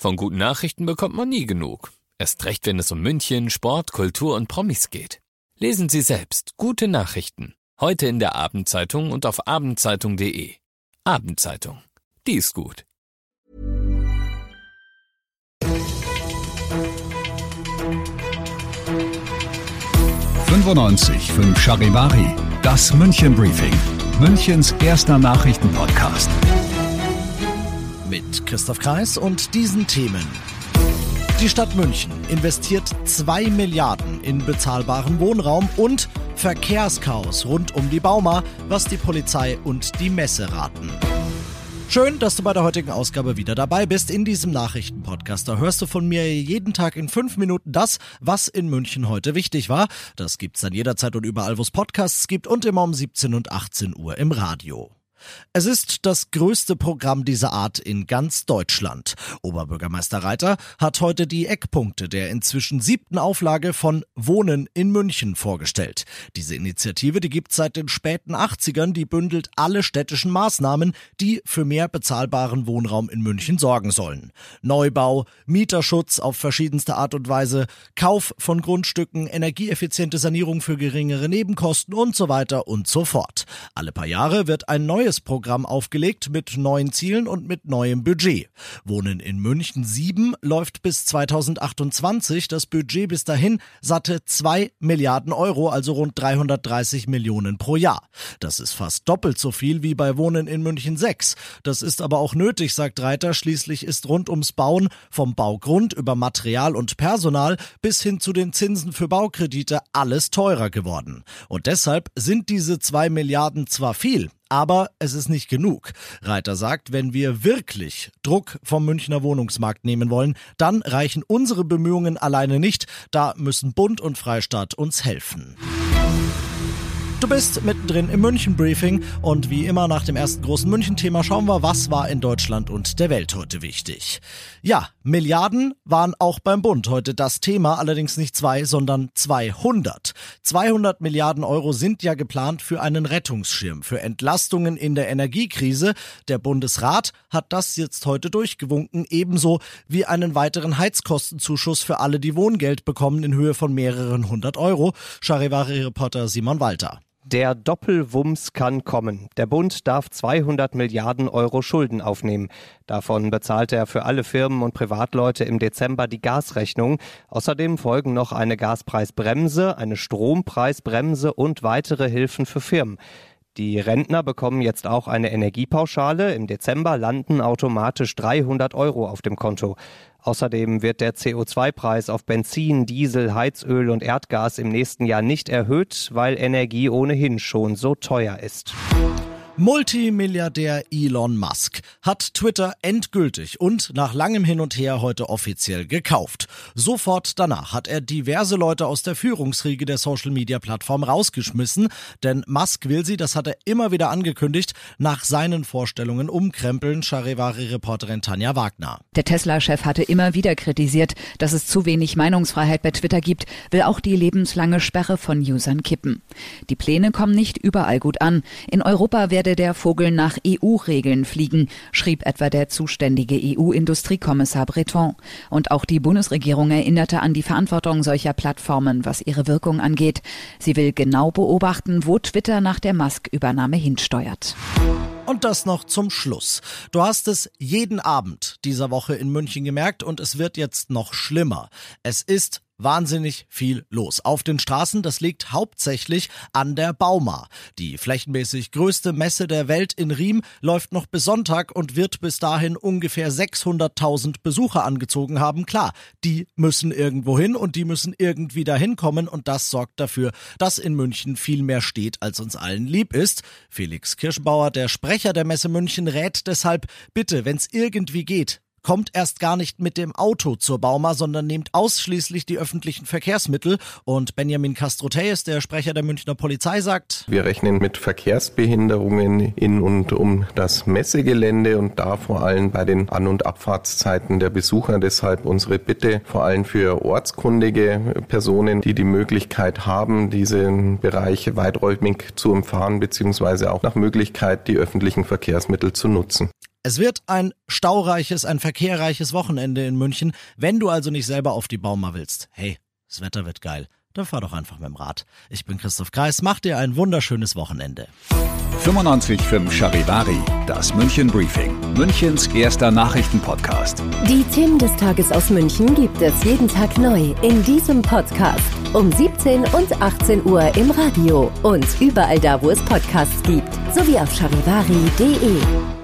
Von guten Nachrichten bekommt man nie genug. Erst recht, wenn es um München, Sport, Kultur und Promis geht. Lesen Sie selbst gute Nachrichten. Heute in der Abendzeitung und auf abendzeitung.de. Abendzeitung. Die ist gut. 95.5 Charivari, das München Briefing, Münchens erster Nachrichtenpodcast. Mit Christoph Kreis und diesen Themen. Die Stadt München investiert 2 Milliarden in bezahlbaren Wohnraum und Verkehrschaos rund um die Bauma, was die Polizei und die Messe raten. Schön, dass du bei der heutigen Ausgabe wieder dabei bist. In diesem Nachrichtenpodcast, da hörst du von mir jeden Tag in 5 Minuten das, was in München heute wichtig war. Das gibt's dann jederzeit und überall, wo es Podcasts gibt und immer um 17 und 18 Uhr im Radio. Es ist das größte Programm dieser Art in ganz Deutschland. Oberbürgermeister Reiter hat heute die Eckpunkte der inzwischen 7. Auflage von Wohnen in München vorgestellt. Diese Initiative, die gibt es seit den späten 80ern, die bündelt alle städtischen Maßnahmen, die für mehr bezahlbaren Wohnraum in München sorgen sollen. Neubau, Mieterschutz auf verschiedenste Art und Weise, Kauf von Grundstücken, energieeffiziente Sanierung für geringere Nebenkosten und so weiter und so fort. Alle paar Jahre wird ein neues Programm aufgelegt mit neuen Zielen und mit neuem Budget. Wohnen in München 7 läuft bis 2028. Das Budget bis dahin satte 2 Milliarden Euro, also rund 330 Millionen pro Jahr. Das ist fast doppelt so viel wie bei Wohnen in München 6. Das ist aber auch nötig, sagt Reiter. Schließlich ist rund ums Bauen, vom Baugrund über Material und Personal bis hin zu den Zinsen für Baukredite alles teurer geworden. Und deshalb sind diese 2 Milliarden zwar viel, aber es ist nicht genug. Reiter sagt, wenn wir wirklich Druck vom Münchner Wohnungsmarkt nehmen wollen, dann reichen unsere Bemühungen alleine nicht. Da müssen Bund und Freistaat uns helfen. Du bist mittendrin im München-Briefing und wie immer nach dem ersten großen München-Thema schauen wir, was war in Deutschland und der Welt heute wichtig. Ja, Milliarden waren auch beim Bund heute das Thema, allerdings nicht 2, sondern 200. 200 Milliarden Euro sind ja geplant für einen Rettungsschirm, für Entlastungen in der Energiekrise. Der Bundesrat hat das jetzt heute durchgewunken, ebenso wie einen weiteren Heizkostenzuschuss für alle, die Wohngeld bekommen in Höhe von mehreren 100 Euro. Charivari-Reporter Simon Walter. Der Doppelwumms kann kommen. Der Bund darf 200 Milliarden Euro Schulden aufnehmen. Davon bezahlt er für alle Firmen und Privatleute im Dezember die Gasrechnung. Außerdem folgen noch eine Gaspreisbremse, eine Strompreisbremse und weitere Hilfen für Firmen. Die Rentner bekommen jetzt auch eine Energiepauschale. Im Dezember landen automatisch 300 Euro auf dem Konto. Außerdem wird der CO2-Preis auf Benzin, Diesel, Heizöl und Erdgas im nächsten Jahr nicht erhöht, weil Energie ohnehin schon so teuer ist. Multimilliardär Elon Musk hat Twitter endgültig und nach langem Hin und Her heute offiziell gekauft. Sofort danach hat er diverse Leute aus der Führungsriege der Social-Media-Plattform rausgeschmissen, denn Musk will sie, das hat er immer wieder angekündigt, nach seinen Vorstellungen umkrempeln, Charivari-Reporterin Tanja Wagner. Der Tesla-Chef hatte immer wieder kritisiert, dass es zu wenig Meinungsfreiheit bei Twitter gibt, will auch die lebenslange Sperre von Usern kippen. Die Pläne kommen nicht überall gut an. In Europa werde der Vogel nach EU-Regeln fliegen, schrieb etwa der zuständige EU-Industriekommissar Breton. Und auch die Bundesregierung erinnerte an die Verantwortung solcher Plattformen, was ihre Wirkung angeht. Sie will genau beobachten, wo Twitter nach der Musk-Übernahme hinsteuert. Und das noch zum Schluss. Du hast es jeden Abend dieser Woche in München gemerkt und es wird jetzt noch schlimmer. Es ist wahnsinnig viel los auf den Straßen. Das liegt hauptsächlich an der Bauma. Die flächenmäßig größte Messe der Welt in Riem läuft noch bis Sonntag und wird bis dahin ungefähr 600.000 Besucher angezogen haben. Klar, die müssen irgendwo hin und die müssen irgendwie dahin kommen und das sorgt dafür, dass in München viel mehr steht, als uns allen lieb ist. Felix Kirschbauer, der Sprecher der Messe München, rät deshalb, bitte, wenn es irgendwie geht, kommt erst gar nicht mit dem Auto zur Bauma, sondern nehmt ausschließlich die öffentlichen Verkehrsmittel. Und Benjamin Castro-Tejes, der Sprecher der Münchner Polizei, sagt: Wir rechnen mit Verkehrsbehinderungen in und um das Messegelände und da vor allem bei den An- und Abfahrtszeiten der Besucher. Deshalb unsere Bitte, vor allem für ortskundige Personen, die die Möglichkeit haben, diesen Bereich weiträumig zu umfahren, beziehungsweise auch nach Möglichkeit die öffentlichen Verkehrsmittel zu nutzen. Es wird ein staureiches, ein verkehrreiches Wochenende in München. Wenn du also nicht selber auf die Bauma willst, hey, das Wetter wird geil, dann fahr doch einfach mit dem Rad. Ich bin Christoph Kreis, mach dir ein wunderschönes Wochenende. 95.5 Charivari, das München Briefing, Münchens erster Nachrichtenpodcast. Die Themen des Tages aus München gibt es jeden Tag neu in diesem Podcast. Um 17 und 18 Uhr im Radio und überall da, wo es Podcasts gibt. Sowie auf charivari.de.